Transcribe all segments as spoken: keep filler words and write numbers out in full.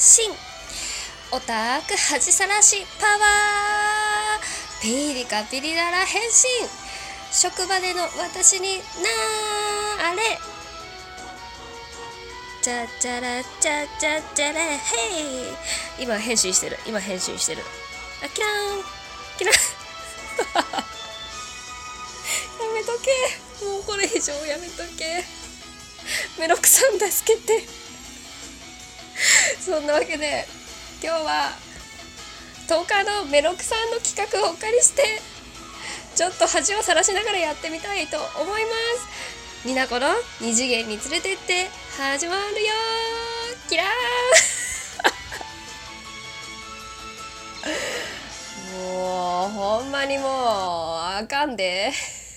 信。オタク恥さらしパワー、ピリカピリララ変身。職場での私になーれ。チャチャラチャチャチャラヘイ。今変身してる今変身してるあ、キラーンキラーンやめとけ、もうこれ以上やめとけ。メロクさん助けて。そんなわけで今日はとおかのメロクさんの企画をお借りしてちょっと恥をさらしながらやってみたいと思います。ニナコの二次元に連れてって始まるよー、キラーもうほんまにもうあかんで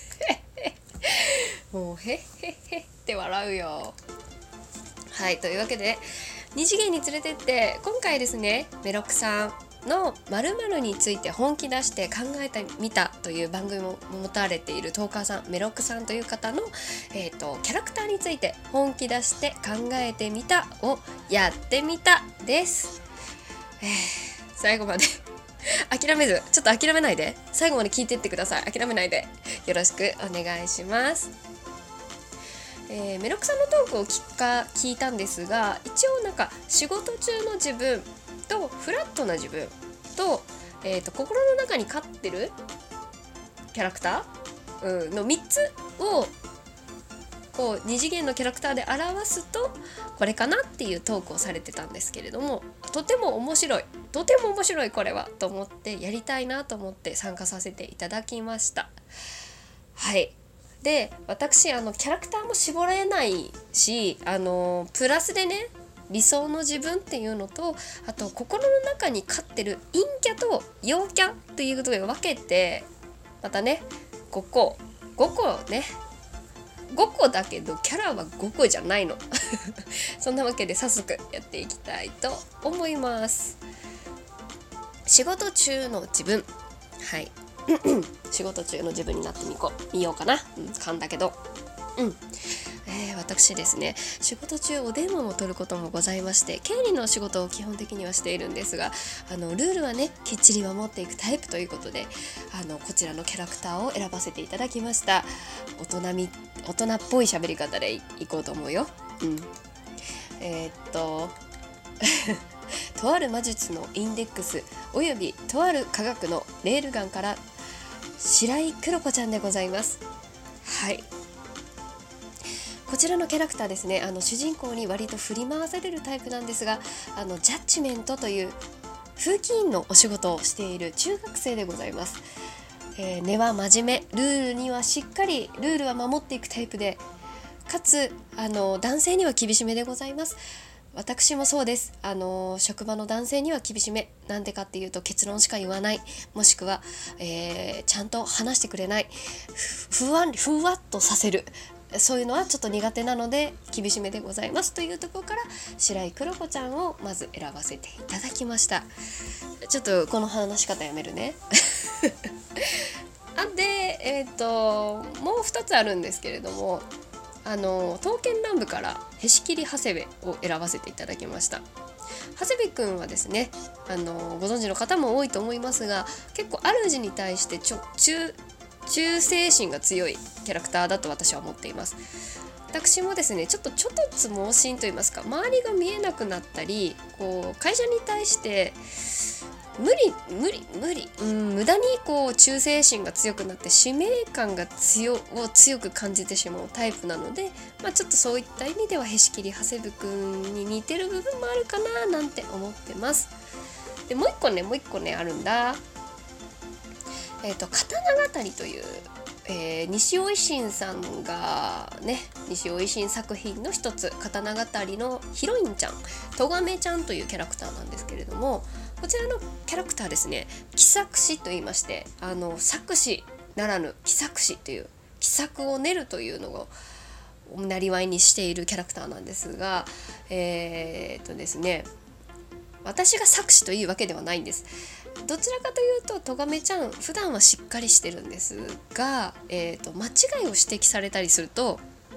もうへっへっへって笑うよ。はい、というわけで二次元に連れてって今回ですね、メロクさんの〇〇について本気出して考えてみたという番組を持たれているトーカーさん、メロクさんという方の、えーと、キャラクターについて本気出して考えてみたをやってみたです。えー、最後まで諦めず、ちょっと諦めないで最後まで聞いてってください。諦めないでよろしくお願いします。えー、メロクさんのトークを聞か聞いたんですが、一応なんか仕事中の自分とフラットな自分と、えー、と心の中に飼ってるキャラクター、うん、のみっつをこう二次元のキャラクターで表すとこれかなっていうトークをされてたんですけれども、とても面白いとても面白いこれはと思ってやりたいなと思って参加させていただきました。はい。で、私あのキャラクターも絞れないし、あのプラスでね、理想の自分っていうのと、あと心の中に飼ってる陰キャと陽キャということで分けて、またねごこごこねごこだけどキャラはごこじゃないのそんなわけで早速やっていきたいと思います。仕事中の自分、はい仕事中の自分になってみこ見ようかな、うん、噛んだけど、うんえー、私ですね、仕事中お電話も取ることもございまして、経理の仕事を基本的にはしているんですが、あのルールはねきっちり守っていくタイプということで、あのこちらのキャラクターを選ばせていただきました。大人み大人っぽい喋り方でいこうと思うよ。うんえー、っととある魔術のインデックスおよびとある科学のレールガンから白井黒子ちゃんでございます。はい、こちらのキャラクターですね、あの主人公に割と振り回されるタイプなんですが、あのジャッジメントという風紀委員のお仕事をしている中学生でございます。えー、根は真面目、ルールにはしっかりルールは守っていくタイプで、かつあの男性には厳しめでございます。私もそうです。あの職場の男性には厳しめ。なんでかっていうと結論しか言わない、もしくは、えー、ちゃんと話してくれない、ふふわんふわっとさせる、そういうのはちょっと苦手なので厳しめでございますというところから白井黒子ちゃんをまず選ばせていただきました。ちょっとこの話し方やめるねあで、えーともうふたつあるんですけれども、あの刀剣乱舞からへし切り長谷部を選ばせていただきました。長谷部くんはですね、あのご存知の方も多いと思いますが、結構主に対してちょ忠忠誠心が強いキャラクターだと私は思っています。私もですね、ちょっとちょっとつ盲信と言いますか、周りが見えなくなったり、こう会社に対して無理無理無理、うん、無駄にこう忠誠心が強くなって使命感が強を強く感じてしまうタイプなので、まあ、ちょっとそういった意味ではへし切り長谷部くんに似てる部分もあるかななんて思ってます。でもう一個ねもう一個ねあるんだ。えっと刀語りという、えー、西尾維新さんがね、西尾維新作品の一つ刀語りのヒロインちゃん、とがめちゃんというキャラクターなんですけれども、こちらのキャラクターですね、奇策師と言いまして、あの策士ならぬ奇策師という奇策を練るというのをなりわいにしているキャラクターなんですが、えー、っとですね私が策士というわけではないんです。どちらかというととがめちゃん普段はしっかりしてるんですが、えー、と間違いを指摘されたりすると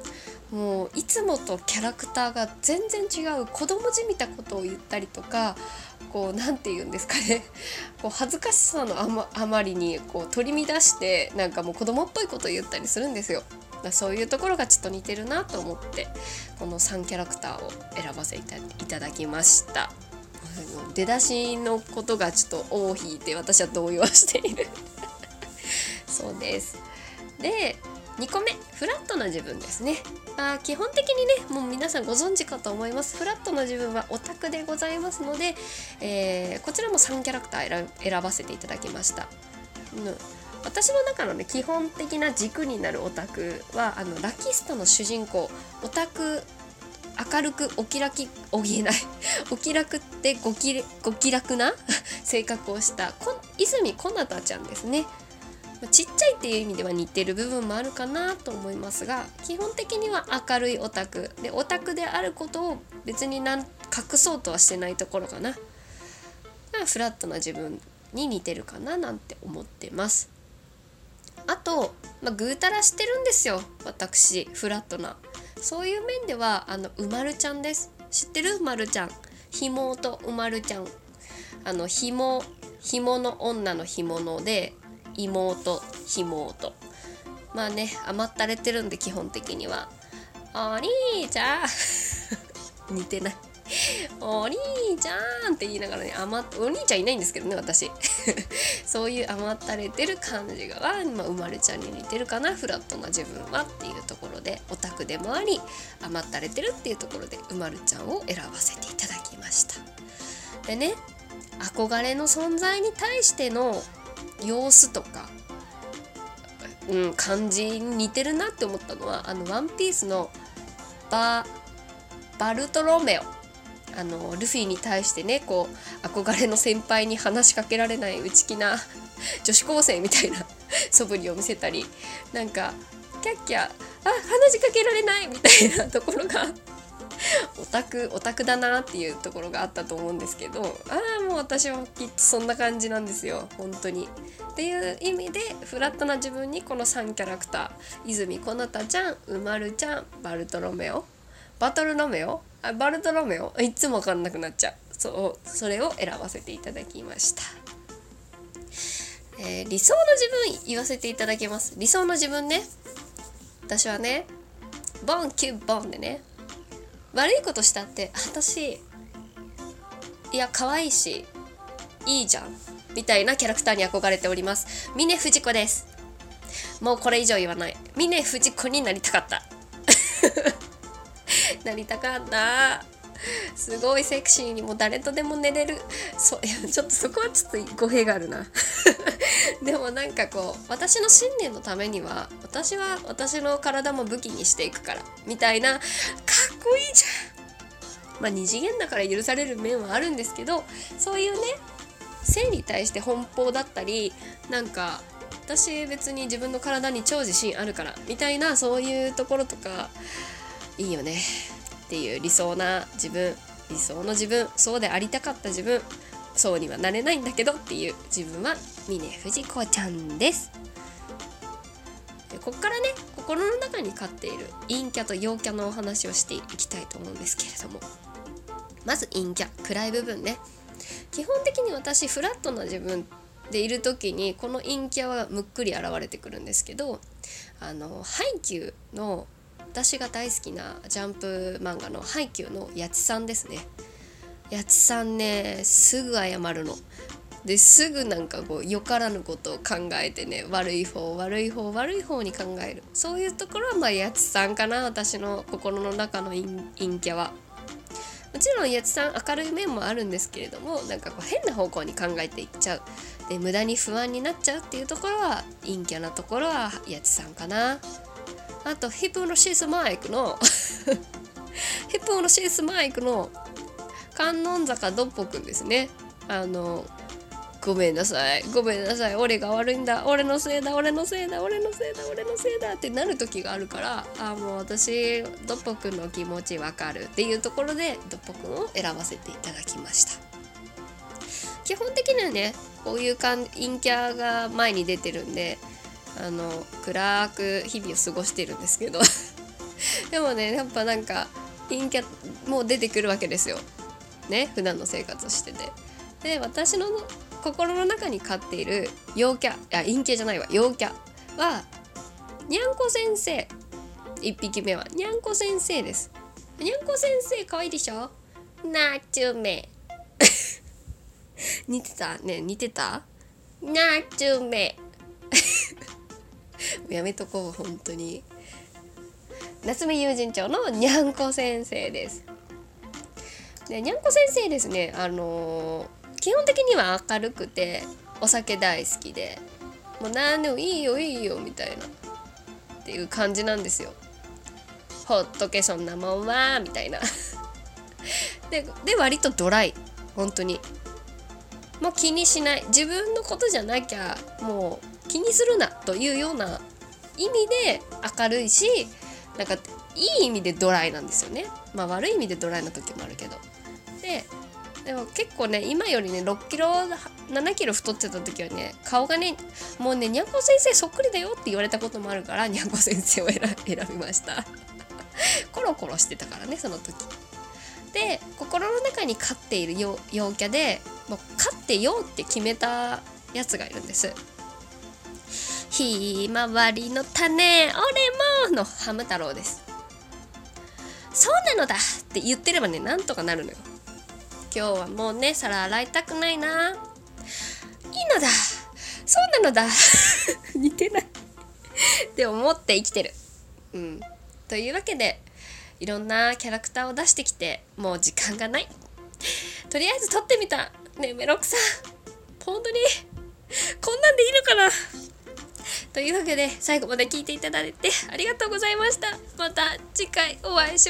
もういつもとキャラクターが全然違う子供じみたことを言ったりとか、こうなんて言うんですかねこう恥ずかしさのあま、あまりにこう取り乱してなんかもう子供っぽいことを言ったりするんですよ。だそういうところがちょっと似てるなと思ってこのさんキャラクターを選ばせていただきました。出だしのことがちょっと尾を引いて私は動揺しているそうです。でにこめ、フラットな自分ですね。あ基本的にねもう皆さんご存知かと思います。フラットな自分はオタクでございますので、えー、こちらもさんキャラクター選, 選ばせていただきました。うん私の中のね基本的な軸になるオタクはあのラキストの主人公、オタク明るくお気楽お言えないお気楽ってごきご気楽な性格をした泉こなたちゃんですね。ちっちゃいっていう意味では似てる部分もあるかなと思いますが、基本的には明るいオタクで、オタクであることを別になん隠そうとはしてないところかな。フラットな自分に似てるかななんて思ってます。あと、まあ、ぐうたらしてるんですよ私。フラットなそういう面ではあのうまるちゃんです。知ってる？うまるちゃん、ひもとうまるちゃん、あのひもひもの女のひもので妹ひもと、まあね甘ったれてるんで基本的にはお兄ちゃん似てないお兄ちゃんって言いながらね、甘っお兄ちゃんいないんですけどね私そういう甘ったれてる感じがは、まあ、うまるちゃんに似てるかな、フラットな自分はっていうところで、オタクでもあり甘ったれてるっていうところでうまるちゃんを選ばせていただきました。でね、憧れの存在に対しての様子とか、うん、感じに似てるなって思ったのはあのワンピースのババルトロメオ、あのルフィに対してねこう憧れの先輩に話しかけられない内気な女子高生みたいな素振りを見せたり、なんかキャッキャあ話しかけられないみたいなところがオタクオタクだなっていうところがあったと思うんですけど、ああもう私はきっとそんな感じなんですよ本当にっていう意味で、フラットな自分にこのさんキャラクター、泉こなたちゃん、うまるちゃん、バルトロメオバトルロメオあバルトロメオいつも分かんなくなっちゃう、そうそれを選ばせていただきました。えー、理想の自分言わせていただきます。理想の自分ね、私はねボンキュッボンでね、悪いことしたって私いや可愛いしいいじゃんみたいなキャラクターに憧れております。峰不二子です。もうこれ以上言わない。峰不二子になりたかったなりたかった。すごいセクシーにも誰とでも寝れる。そちょっとそこはちょっと語弊があるなでもなんかこう私の信念のためには私は私の体も武器にしていくからみたいな、かっこいいじゃん。まあ二次元だから許される面はあるんですけど、そういうね性に対して奔放だったり、なんか私別に自分の体に超自信あるからみたいな、そういうところとかいいよねっていう理想な自分、理想の自分、そうでありたかった自分、そうにはなれないんだけどっていう自分は峰不二子ちゃんです。でこっからね心の中に飼っている陰キャと陽キャのお話をしていきたいと思うんですけれども、まず陰キャ、暗い部分ね。基本的に私フラットな自分でいる時にこの陰キャはむっくり現れてくるんですけど、あのハイキューの私が大好きなジャンプ漫画のハイキューのやちさんですね。やちさんねすぐ謝るのですぐなんかこうよからぬことを考えてね、悪い方悪い方悪い方に考える、そういうところはまあやちさんかな、私の心の中の陰キャは。もちろんやちさん明るい面もあるんですけれども、なんかこう変な方向に考えていっちゃうで無駄に不安になっちゃうっていうところは陰キャなところはやちさんかな。あとヒプノシスマイクのヒプノシスマイクの観音坂どっぽくんですね。あのごめんなさいごめんなさい俺が悪いんだ、俺のせいだ俺のせいだ俺のせいだ俺のせいだってなる時があるから、あもう私どっぽくんの気持ちわかるっていうところでどっぽくんを選ばせていただきました。基本的にはねこういう陰キャが前に出てるんで、あの暗く日々を過ごしてるんですけどでもねやっぱなんか陰キャも出てくるわけですよね、普段の生活をしてて。で私の心の中に飼っている陽キャ、いや陰キャじゃないわ陽キャはにゃんこ先生。いっぴきめはにゃんこ先生です。にゃんこ先生かわいいでしょ。なちゅめ似てたね、似てたなちゅめやめとこう本当に。夏目友人帳のにゃんこ先生です。でにゃんこ先生ですね、あのー、基本的には明るくてお酒大好きで、もう何でもいいよいいよみたいなっていう感じなんですよ。ほっとけそんなもんはみたいなで, で割とドライ、本当にもう気にしない、自分のことじゃなきゃもう気にするなというような意味で明るいし、なんかいい意味でドライなんですよね。まあ悪い意味でドライな時もあるけど。ででも結構ね今よりねろっキロななキロ太ってた時はね顔がねもうねにゃんこ先生そっくりだよって言われたこともあるから、にゃんこ先生を選びましたコロコロしてたからねその時で。心の中に飼っている陽キャでもう飼ってよって決めたやつがいるんです。ひまわりの種俺ものハム太郎です。そうなのだって言ってればねなんとかなるのよ。今日はもうね皿洗いたくないな、いいのだそうなのだ似てないって思って生きてる。うん。というわけでいろんなキャラクターを出してきてもう時間がない。とりあえず撮ってみた。ねえメロクさん本当にこんなんでいいのかな。というわけで最後まで聞いていただいてありがとうございました。また次回お会いしましょう。